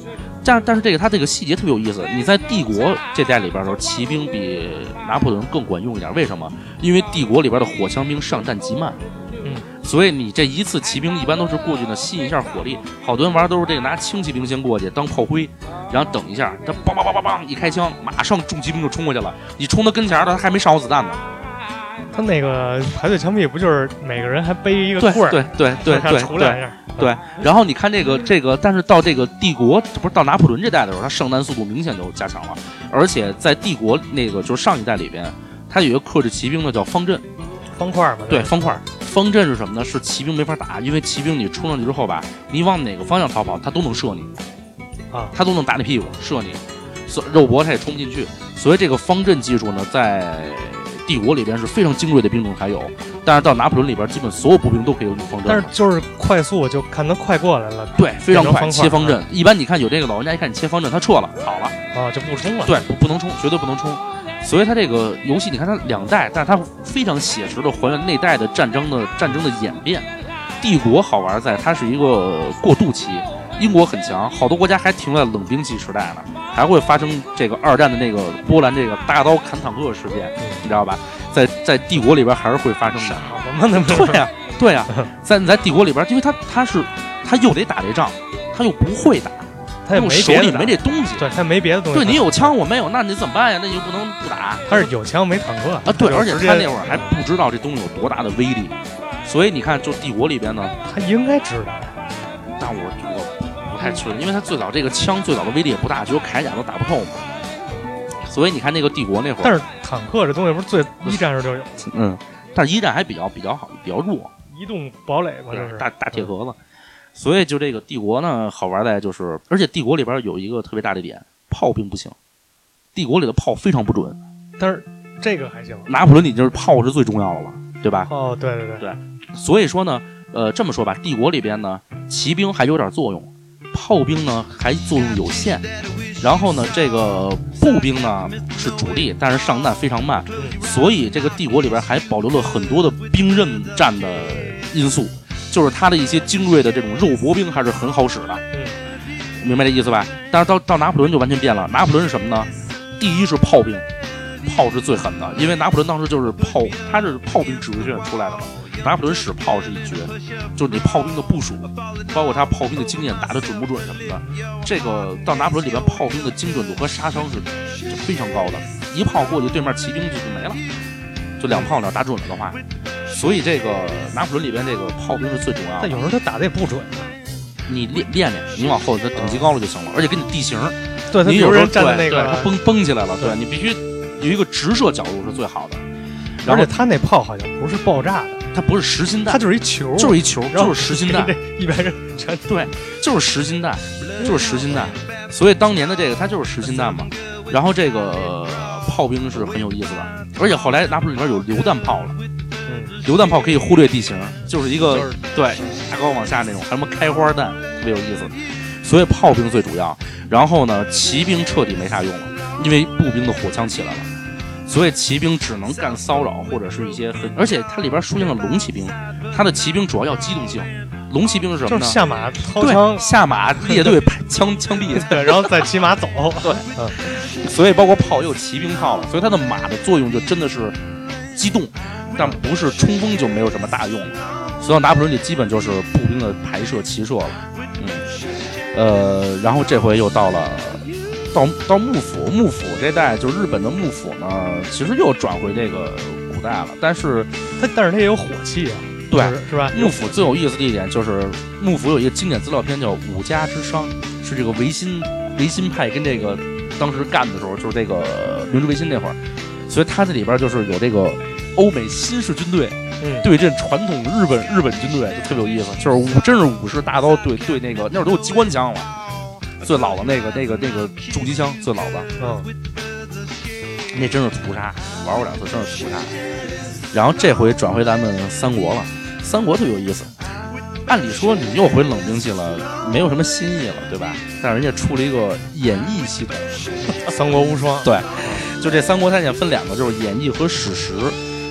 但但是这个它这个细节特别有意思。你在帝国这代里边的时候，骑兵比拿破仑更管用一点。为什么？因为帝国里边的火枪兵上战极慢， 嗯， 所以你这一次骑兵一般都是过去呢吸引一下火力。好多人玩都是这个拿轻骑兵先过去当炮灰，然后等一下，他梆梆梆梆梆一开枪，马上重骑兵就冲过去了。你冲他跟前，他还没上好子弹呢。 他那个排队枪毙不就是每个人还背一个棍儿， 对对对对对对对。然后你看这个这个，但是到这个帝国，不是到拿破仑这代的时候，他上弹速度明显就加强了，而且在帝国那个就是上一代里边，他有一个克制骑兵的叫方阵， 方块嘛， 对方块。方阵是什么呢？是骑兵没法打，因为骑兵你冲上去之后吧，你往哪个方向逃跑，他都能射你啊， 他都能打你屁股射你，肉搏他也冲不进去。所以这个方阵技术呢，在帝国里边是非常精锐的兵种才有，但是到拿破仑里边，基本所有步兵都可以用方阵。 但是就是快速，就看他快过来了， 对，非常快，切方阵。 啊、 一般你看有这个老人家一看你切方阵，他撤了，跑了啊，就不冲了。 对，不能冲，绝对不能冲。所以他这个游戏，你看它两代，但是它非常写实的还原那代的战争的战争的演变。帝国好玩在它是一个过渡期。英国很强，好多国家还停在冷兵器时代呢，还会发生这个二战的那个波兰这个大刀砍坦克事件，嗯、你知道吧？在在帝国里边还是会发生的。对呀、啊，对呀、啊，在在帝国里边，因为他他是他又得打这仗，他又不会打， 他也没手里没这东西， 对他没别的东西。 对你有枪我没有，那你怎么办呀？那你就不能不打。 他是有枪没坦克啊，对，而且他那会儿还不知道这东西有多大的威力，所以你看，就帝国里边呢， 他应该知道， 但我我。不太确定，因为他最早这个枪最早的威力也不大，只有铠甲都打不透嘛。所以你看那个帝国那会儿， 但是坦克这东西不是最一战时就有， 嗯，但是一战还比较比较好，比较弱， 移动堡垒嘛，就是大大铁盒子。嗯、所以就这个帝国呢，好玩在就是，而且帝国里边有一个特别大的点，炮兵不行，帝国里的炮非常不准。 但是这个还行， 拿破仑已经是炮是最重要的了，对吧？ 哦，对对对对，所以说呢，呃，这么说吧，帝国里边呢，骑兵还有点作用。炮兵呢还作用有限，然后呢这个步兵呢是主力，但是上弹非常慢，所以这个帝国里边还保留了很多的兵刃战的因素，就是它的一些精锐的这种肉搏兵还是很好使的，明白这意思吧？但是到到拿破仑就完全变了，拿破仑是什么呢？第一是炮兵，炮是最狠的，因为拿破仑当时就是炮，他是炮兵指挥学院出来的嘛。拿破仑使炮是一绝，就是你炮兵的部署，包括他炮兵的经验打得准不准什么的，这个到拿破仑里边炮兵的精准度和杀伤是非常高的，一炮过去对面骑兵就没了，就两炮两打准了的话，所以这个拿破仑里边这个炮兵是最重要的。 但有时候他打的也不准， 你练练练，你往后他等级高了就行了，而且给你地形， 对，他你有时候站在那个他崩崩起来了，对你必须有一个直射角度是最好的， 而且他那炮好像不是爆炸的。 它不是实心弹， 它就是一球， 就是一球，就是实心弹。 一百人全对，就是实心弹，就是实心弹。所以当年的这个它就是实心弹嘛。然后这个、呃、炮兵是很有意思的，而且后来拿破仑里边有榴弹炮了。嗯，榴弹炮可以忽略地形，就是一个、就是、对大高往下那种，还什么开花弹，特别有意思。所以炮兵最主要。然后呢，骑兵彻底没啥用了，因为步兵的火枪起来了。所以骑兵只能干骚扰或者是一些很，而且它里边出现了龙骑兵，它的骑兵主要要机动性。龙骑兵是什么呢？ 就是下马掏枪， 下马列队排枪枪毙， 对，然后再骑马走。 对，嗯，所以包括炮也有骑兵炮了，所以它的马的作用就真的是机动，但不是冲锋就没有什么大用。所以拿破仑里基本就是步兵的排射骑射了，嗯，呃，然后这回又到了。到到幕府，幕府这代就日本的幕府呢，其实又转回这个古代了，但是它但是它也有火器啊， 对， 是吧？ 幕府最有意思的一点就是幕府有一个经典资料片叫《五家之殇》，是这个维新维新派跟这个当时干的时候，就是这个明治维新那会儿，所以它这里边就是有这个欧美新式军队。嗯，对阵传统日本日本军队就特别有意思，就是武真是武士大刀对对那个那会儿都有机关枪了。最老的那个、那个、那个重机枪最老的，嗯，那真是屠杀，玩过两次真是屠杀。然后这回转回咱们三国了，三国特别有意思。按理说你又回冷兵器了，没有什么新意了，对吧？但是人家出了一个演义系统， 三国无双。 对，就这三国它现在分两个，就是演义和史实。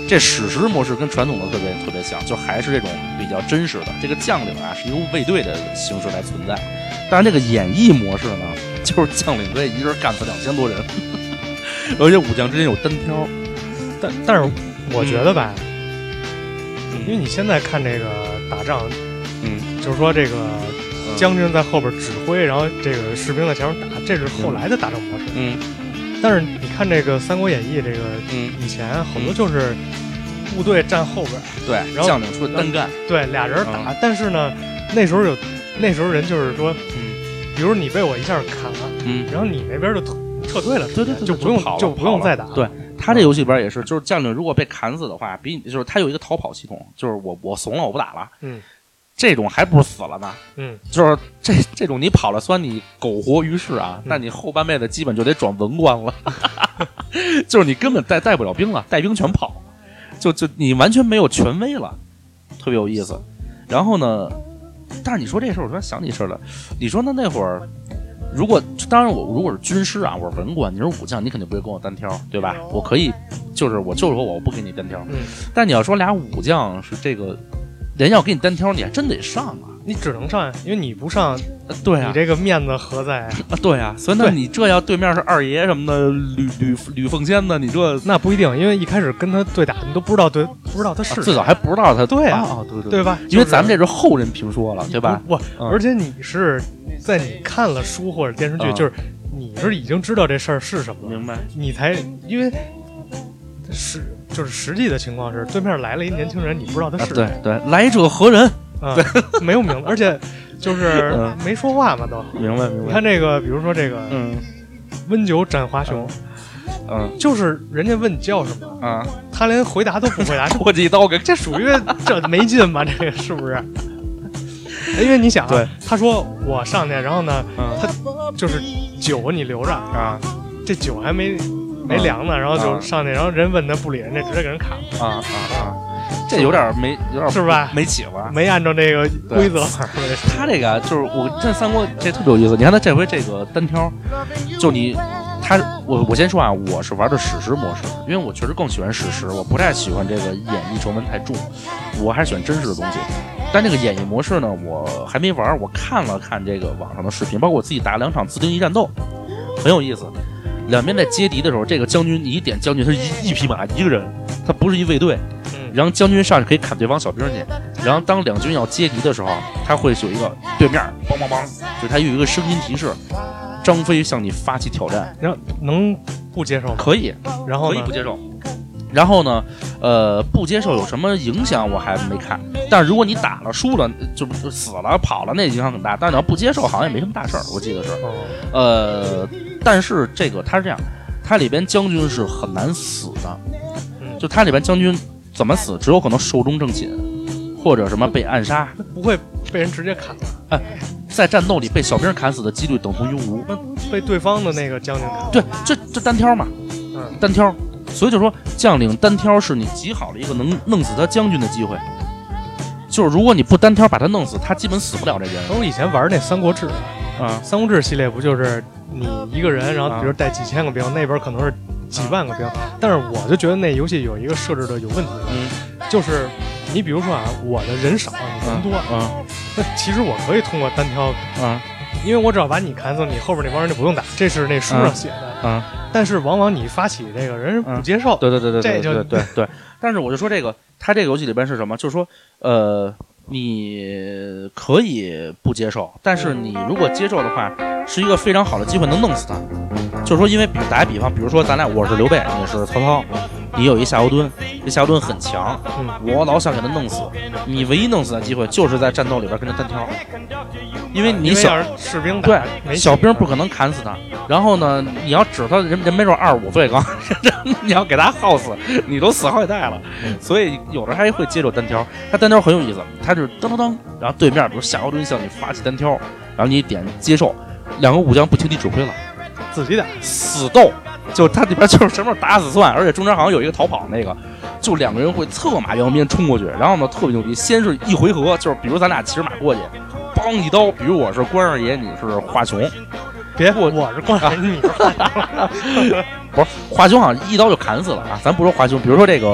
这史实模式跟传统的特别特别像，就还是这种比较真实的。这个将领啊是一个卫队的形式来存在，但是这个演绎模式呢，就是将领可以一人干死两千多人，而且武将之间有单挑。 但但是我觉得吧，嗯、因为你现在看这个打仗， 嗯， 就是说这个将军在后边指挥，然后这个士兵在前面打，这是后来的打仗模式。 嗯。 但是你看这个《三国演义》，这个以前好多就是部队站后边， 对， 然后将领出单干， 对，俩人打。 嗯、 但是呢，那时候有那时候人就是说， 嗯， 比如你被我一下砍了， 嗯， 然后你那边就撤退了， 对对对， 就不用就就不用再打。 对，他这游戏里边也是，就是将领如果被砍死的话，比就是他有一个逃跑系统，就是我我怂了，我不打了， 嗯。 这种还不如死了呢， 嗯， 就是这这种你跑了，虽然你苟活于世啊，那、嗯、你后半辈子基本就得转文官了，就是你根本带带不了兵了，带兵全跑，就就你完全没有权威了，特别有意思。然后呢，但是你说这事儿，我突然想起事了，你说那那会儿，如果当然我如果是军师啊，我是文官，你是武将，你肯定不会跟我单挑，对吧？我可以，就是我就是说我不跟你单挑， 嗯， 但你要说俩武将是这个。人要给你单挑，你还真得上啊！ 你只能上，因为你不上， 呃、对啊， 你这个面子何在啊？ 啊对啊，所以那你这要对面是二爷什么的，吕吕吕奉先的，你这那不一定，因为一开始跟他对打，你都不知道对，不知道他是、 啊、最早还不知道他， 对啊， 啊对对对吧？ 因为咱们这是后人评说了，对吧？ 不，嗯、而且你是在你看了书或者电视剧， 嗯、 就是你是已经知道这事儿是什么了， 明白？ 你才因为是就是实际的情况是，对面来了一年轻人，你不知道他是、 啊、对对，来者何人？ 啊、嗯，没有名字，而且就是没说话嘛，都明白明白。 你看这个，比如说这个， 嗯， 温酒斩华雄， 嗯， 就是人家问你叫什么啊， 他连回答都不回答， 我这一刀给， 这属于这没劲吧？这个是不是？因为你想啊，他说我上去，然后呢， 嗯、 他就是酒你留着啊， 这酒还没没凉呢，然后就上去，然后人问他不理人家，直接给人砍了啊啊啊！这有点没有点是吧？ 没起了， 没按照这个规则。 他这个就是我这三国这特别有意思。你看他这回这个单挑，就你他我我先说啊，我是玩的史实模式，因为我确实更喜欢史实，我不太喜欢这个演绎成分太重，我还是喜欢真实的东西。但这个演绎模式呢，我还没玩，我看了看这个网上的视频，包括我自己打两场自定义战斗，很有意思。两边在接敌的时候，这个将军你一点将军，他一一匹马一个人，他不是一卫队。然后将军上去可以砍对方小兵去，然后当两军要接敌的时候，他会有一个对面梆梆梆，就是他有一个声音提示，张飞向你发起挑战， 然后能不接受吗？ 可以， 然后可以不接受。然后呢，呃，不接受有什么影响我还没看，但是如果你打了输了就死了跑了，那影响很大。但是你要不接受，好像也没什么大事儿，我记得是。呃，但是这个它是这样，它里边将军是很难死的，就它里边将军。怎么死？只有可能寿终正寝，或者什么被暗杀， 不会被人直接砍了。 哎，在战斗里被小兵砍死的几率等同于无。 那被对方的那个将军砍？ 对，这这单挑嘛， 嗯， 单挑。所以就说将领单挑是你极好的一个能弄死他将军的机会。就是如果你不单挑把他弄死，他基本死不了这人。 我以前玩那《三国志》 啊， 《三国志》系列不就是你一个人，然后比如带几千个兵，啊、那边可能是。几万个兵，但是我就觉得那游戏有一个设置的有问题， 嗯， 就是你比如说啊，我的人少，你人多， 嗯， 那其实我可以通过单挑， 嗯， 因为我只要把你砍死，你后边那帮人就不用打，这是那书上写的， 嗯， 但是往往你发起这个人不接受， 嗯、对对对对对， 这就对对对，但是我就说这个，他这个游戏里边是什么？就是说，呃，你可以不接受，但是你如果接受的话，是一个非常好的机会，能弄死他。就是说，因为比打个比方，比如说咱俩我是刘备，你是曹操，你有一夏侯惇，这夏侯惇很强， 嗯， 我老想给他弄死，你唯一弄死的机会就是在战斗里边跟他单挑，因为你小士兵对小兵不可能砍死他，然后呢，你要指他人人没准二十五岁刚，你要给他耗死，你都死好几代了，所以有的还会接受单挑，他单挑很有意思，他就是噔噔噔，然后对面比如夏侯惇向你发起单挑，然后你点接受，两个武将不听你指挥了。 自己打死斗，就它里边就是什么打死算，而且中间好像有一个逃跑那个，就两个人会策马扬鞭冲过去，然后呢特别牛逼，先是一回合，就是比如咱俩骑着马过去，梆一刀，比如我是关二爷，你是华雄， 别我我是关二爷，你是华雄， 不是华雄好像一刀就砍死了啊，咱不说华雄，比如说这个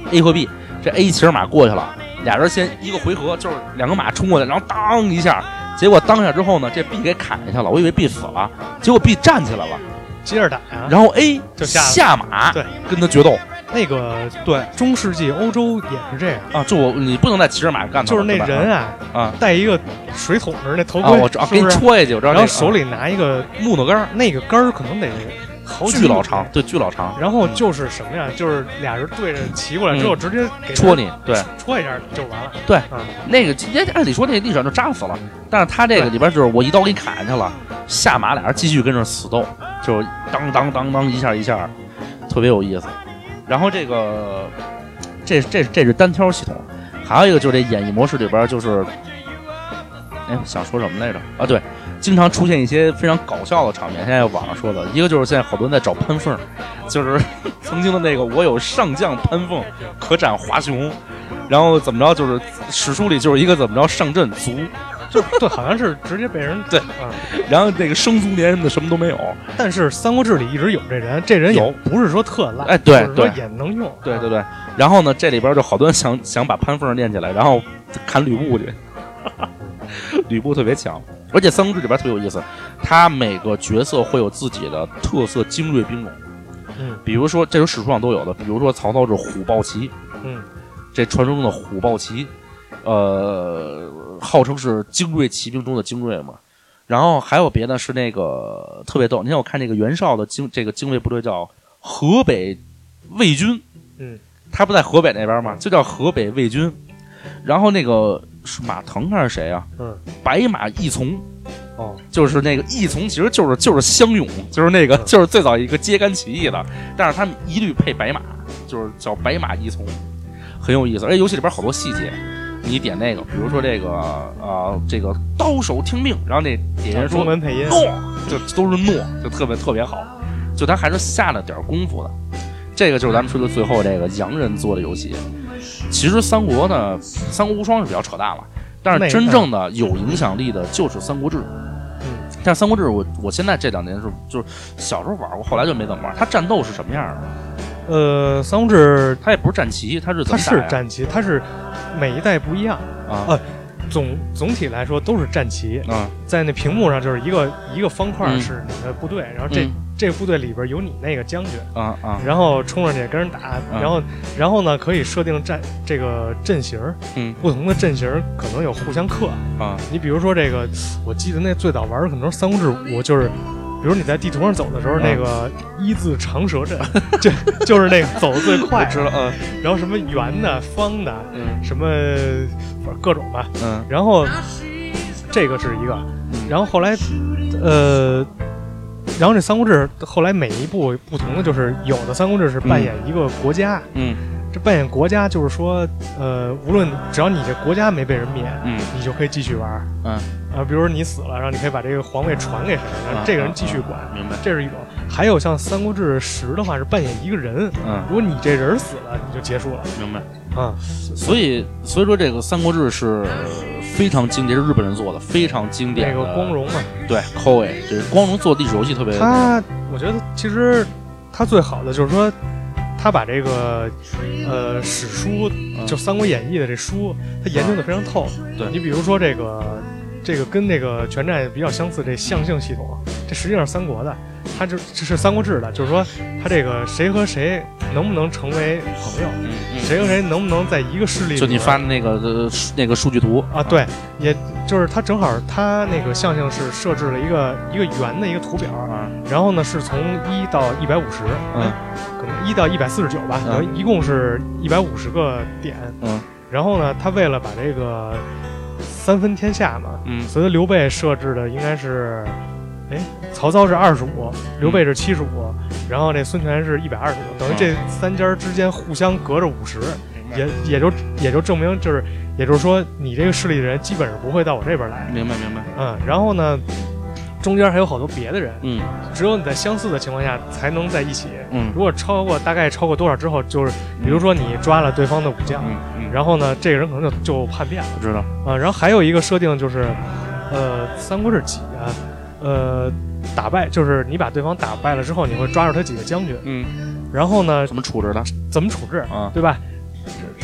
A 和 B， 这 A 骑着马过去了，俩人先一个回合就是两个马冲过来，然后当一下，结果当下之后呢，这 B 给砍下去了，我以为 B 死了，结果 B 站起来了， 接着打呀， 然后 A 就下下马， 对， 跟他决斗。 那个对，中世纪欧洲也是这样啊，就我你不能再骑着马干， 就是那人啊啊， 戴一个水桶似的那头盔， 啊，我知道给你戳下去，我知道， 然后手里拿一个木头杆， 那个杆儿可能得好巨老长，对，巨老长。 然后就是什么呀？就是俩人对着骑过来之后，直接给戳你，对， 戳一下就完了。 对，那个今天按理说那地上就扎死了，但是他这个里边就是我一刀给你砍下去了，下马俩人继续跟着死斗，就是当当当当一下一下，特别有意思。然后这个，这这这是单挑系统，还有一个就是这演绎模式里边就是，哎，想说什么来着？啊，对，经常出现一些非常搞笑的场面。现在网上说的一个就是现在好多人在找潘凤，就是曾经的那个我有上将潘凤，可斩华雄，然后怎么着就是史书里就是一个怎么着上阵卒。 就对，好像是直接被人对，嗯，然后那个生卒年什么的什么都没有， 但是《三国志》里一直有这人，这人也不是说特烂， 哎，对对， 也能用， 对对对。然后呢，这里边就好多人想想把潘凤练起来，然后砍吕布去，吕布特别强，而且《三国志》里边特别有意思，他每个角色会有自己的特色精锐兵种， 嗯， 比如说这是史书上都有的，比如说曹操是虎豹骑， 嗯， 这传说中的虎豹骑。呃，号称是精锐骑兵中的精锐嘛，然后还有别的是那个特别逗。你看我看这个袁绍的精这个精锐部队叫河北卫军， 嗯， 他不在河北那边吗？就叫河北卫军。然后那个是马腾还是谁啊？ 嗯， 白马义从。 哦， 就是那个义从，其实就是就是乡勇，就是那个、嗯、就是最早一个揭竿起义的，但是他们一律配白马，就是叫白马义从，很有意思。而且游戏里边好多细节。你点那个，比如说这个呃，这个刀手听命，然后那底下人说中文配音诺，就都是诺，就特别特别好，就他还是下了点功夫的。这个就是咱们说的最后这个洋人做的游戏。其实三国呢，三国无双是比较扯淡了，但是真正的有影响力的就是三国志。 嗯， 但是三国志我我现在这两年是就是小时候玩过，后来就没怎么玩。它战斗是什么样的？ 呃，三国志它也不是战旗，它是怎么打呀？ 它是战旗，它是每一代不一样啊。 呃，总总体来说都是战旗啊， 在那屏幕上就是一个一个方块是你的部队， 嗯、 然后这、嗯、这个部队里边有你那个将军啊啊， 然后冲上去跟人打， 啊、 然后然后呢可以设定战这个阵型， 嗯， 不同的阵型可能有互相克啊。 你比如说这个，我记得那最早玩的可能是三国志五，就是。比如你在地图上走的时候，嗯、那个一字长蛇阵，就就是那个走得最快， 知道嗯。 然后什么圆的、方的， 嗯， 什么各种吧， 嗯。 然后这个是一个， 嗯、 然后后来，呃，然后这三国志后来每一部不同的，就是有的三国志是扮演一个国家， 嗯。 这扮演国家就是说，呃，无论只要你这国家没被人灭， 嗯， 你就可以继续玩， 嗯， 啊，比如说你死了，然后你可以把这个皇位传给谁，然后这个人继续管， 嗯、明白？ 这是一种。还有像《三国志十》的话是扮演一个人， 嗯， 如果你这人死了，你就结束了， 明白？ 啊、 嗯，所以所以说这个《三国志》是非常经典，是日本人做的，非常经典的。 那个光荣嘛， 对 ，Koei 这光荣做历史游戏特别。 他我觉得其实他最好的就是说。他把这个，呃，史书就《三国演义》的这书，他研究的非常透。 对， 你比如说这个，这个跟那个全战比较相似，这象性系统，这实际上是三国的，它这这是《三国志》的，就是说他这个谁和谁能不能成为朋友， 嗯嗯、 谁和谁能不能在一个势力里， 就你发的那个、呃、那个数据图啊，对，也就是他正好他那个象性是设置了一个一个圆的一个图表， 啊、 然后呢是从一到一百五十， 嗯。 可能一到一百四十九吧， 嗯， 一共是一百五十个点。 嗯， 然后呢，他为了把这个三分天下嘛， 嗯， 所以刘备设置的应该是，哎，曹操是二十五，刘备是七十五，然后这孙权是一百二十五，等于这三家之间互相隔着五十，也也就也就证明就是，也就是说你这个势力的人基本上不会到我这边来。 明白明白。 嗯，然后呢？中间还有好多别的人， 嗯， 只有你在相似的情况下才能在一起， 嗯， 如果超过大概超过多少之后，就是比如说你抓了对方的武将， 嗯嗯， 然后呢，这个人可能就就叛变了， 我知道啊，然后还有一个设定就是，呃，三国志几啊，呃，打败就是你把对方打败了之后，你会抓住他几个将军， 嗯， 然后呢， 怎么处置他？ 怎么处置啊， 对吧？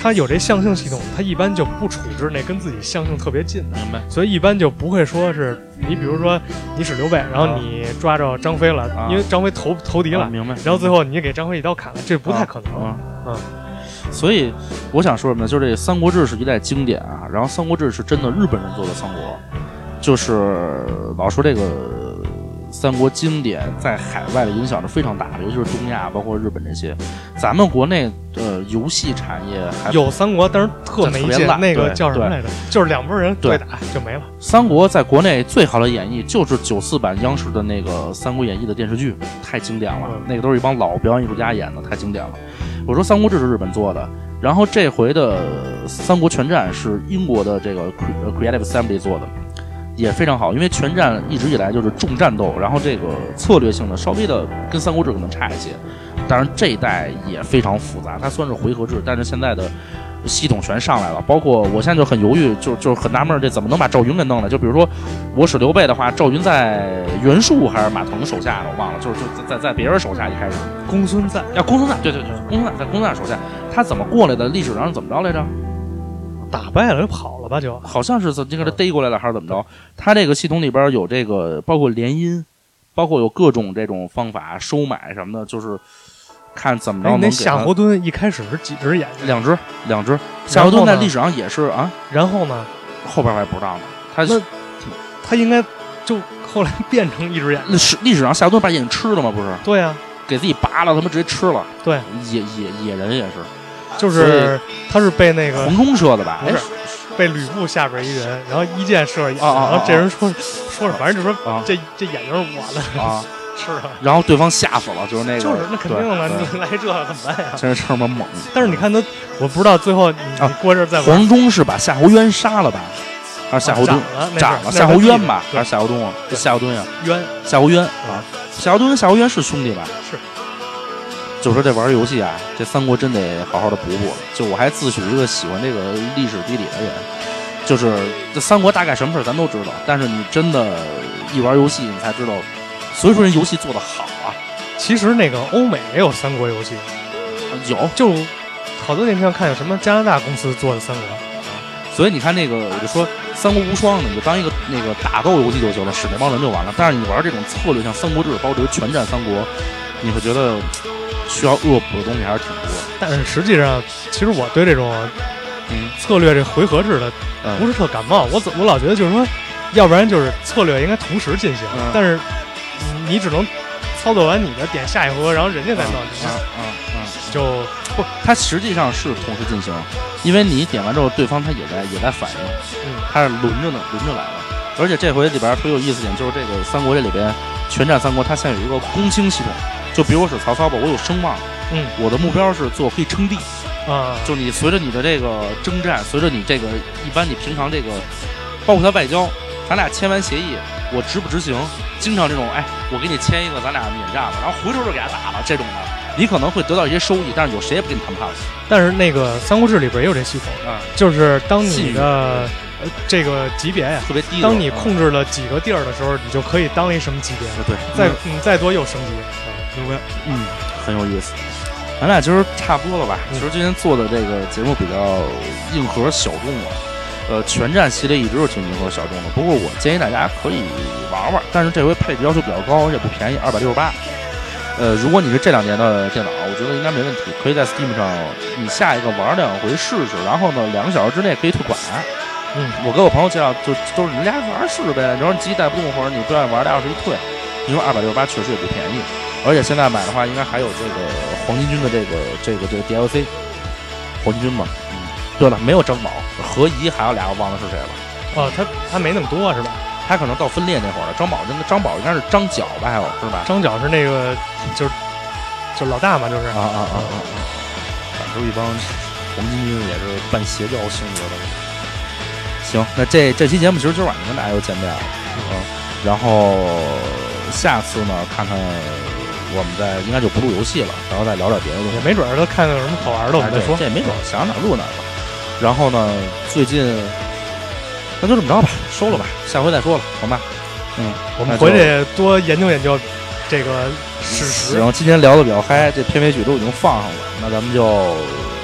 它有这象性系统，它一般就不处置那跟自己象性特别近的， 明白？ 所以一般就不会说是你比如说你使刘备，然后你抓着张飞了， 啊、 因为张飞投投敌了、 啊，明白？ 然后最后你给张飞一刀砍了，这不太可能。 啊， 嗯。嗯所以我想说什么呢？就是这《三国志》是一代经典啊，然后《三国志》是真的日本人做的三国，就是老说这个三国经典在海外的影响是非常大的，尤其是东亚，包括日本这些。咱们国内呃游戏产业还有三国，但是特没劲，那个叫什么来着？就是两拨人对打就没了。 三国在国内最好的演绎就是九四版央视的那个《三国演义》的电视剧，太经典了，嗯、那个都是一帮老表演艺术家演的，太经典了。我说《三国志》是日本做的，然后这回的《三国全战》是英国的这个 Creative Assembly 做的，也非常好。因为全战一直以来就是重战斗，然后这个策略性的稍微的跟《三国志》可能差一些，当然这一代也非常复杂，它虽然是回合制，但是现在的系统全上来了。包括我现在就很犹豫，就就是很纳闷，这怎么能把赵云给弄了？就比如说我使刘备的话，赵云在袁术还是马腾手下的，我忘了，就是就在在别人手下一开始。 公孙瓒要、啊、公孙瓒，对对对，公孙瓒在公孙瓒手下，他怎么过来的？历史上是怎么着来着？ 打败了就跑了吧？就好像是这个逮过来了还是怎么着？他这个系统里边有这个，包括联姻，包括有各种这种方法收买什么的，就是看怎么着能给他。 那夏侯惇一开始是几只眼睛？ 两只，两只。夏侯惇在历史上也是啊。 然后呢？ 后边我也不知道呢。他那他应该就后来变成一只眼睛。 那是历史上夏侯惇把眼睛吃了吗？不是？ 对呀、啊， 给自己拔了，他们直接吃了。 对， 野野野人也是。 就是他是被那个黄忠射的吧？ 不是，被吕布下边一人，然后一箭射眼， 啊啊啊、 然后这人说说反正就说、 啊、 这这眼睛是我的啊， 是啊。 然后对方吓死了，就是那个， 就是那肯定了，你来这怎么办呀？ 真是这么猛！ 但是你看他，我不知道最后你、啊、你过这再黄忠是把夏侯渊杀了吧？还是夏侯惇斩了？夏侯渊吧？还是夏侯惇啊？夏侯惇呀， 渊， 夏侯渊啊，夏侯惇跟夏侯渊是兄弟吧？ 是。 就说这玩游戏啊，这三国真得好好的补补。就我还自诩一个喜欢这个历史地理的人，就是这三国大概什么事咱都知道，但是你真的，一玩游戏你才知道，所以说人游戏做得好啊。 其实那个欧美也有三国游戏， 有， 就好多年前看有什么加拿大公司做的三国， 所以你看那个，我就说三国无双呢，你就当一个那个打斗游戏就行了，使那帮人就完了。但是你玩这种策略，像三国志，包括这个全战三国，你会觉得需要恶补的东西还是挺多的。 但是实际上，其实我对这种嗯策略这回合制的不是特感冒。嗯、我我老觉得就是说，要不然就是策略应该同时进行，嗯、但是你只能操作完你的点下一回合，然后人家再弄。 嗯嗯嗯， 就不，它实际上是同时进行，因为你点完之后，对方他也在也在反应， 嗯， 他是轮着呢，轮着来的。而且这回里边特别有意思点就是这个三国这里边全战三国，它现在有一个公卿系统。就比如我是曹操吧，我有声望， 嗯， 我的目标是最后可以称帝， 啊， 就你随着你的这个征战，随着你这个一般你平常这个，包括他外交，咱俩签完协议，我执不执行？经常这种，哎，我给你签一个，咱俩免战了，然后回头就给他打了，这种的，你可能会得到一些收益，但是有谁也不跟你谈判了。 但是那个《三国志》里边也有这系统， 啊， 就是当你的呃这个级别呀特别低， 当你控制了几个地儿的时候，你就可以当一什么级别？ 对， 再你再多又升级。 明白，嗯，很有意思。咱俩今儿差不多了吧？其实今天做的这个节目比较硬核小众了，呃，全战系列一直是挺硬核小众的。不过我建议大家可以玩玩，但是这回配置要求比较高，而且不便宜，二百六十八。呃，如果你是这两年的电脑，我觉得应该没问题，可以在 Steam 上你下一个玩两回试试，然后呢，两个小时之内可以退款。 嗯，我给我朋友介绍，就都是你俩玩试呗。你说你机带不动或者你不愿意玩，俩小时一退，你说二百六十八确实也不便宜。而且现在买的话，应该还有这个黄巾军的这个这个这个 D L C， 黄巾军嘛。嗯，对了，没有张宝，何仪还有俩，我忘了是谁了。 哦，他他没那么多是吧？ 他可能到分裂那会儿了。张宝真的张宝应该是张角吧，还有是吧？ 张角是那个就是就老大嘛，就是啊啊啊啊啊！反正一帮黄巾军也是半邪教性质的。行，那这这期节目其实今晚上跟大家又见面了，嗯，然后。下次呢，看看我们再应该就不录游戏了，然后再聊点别的东西， 也没准儿他看看有什么好玩的，我们再说。 这也没准儿，想哪录哪吧。然后呢，最近那就这么着吧，收了吧，下回再说了，好吧？嗯， 我们回去多研究研究这个史实。 行，今天聊的比较嗨，这片尾曲都已经放上了，那咱们就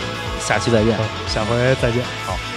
下期再见， 下回再见。 好。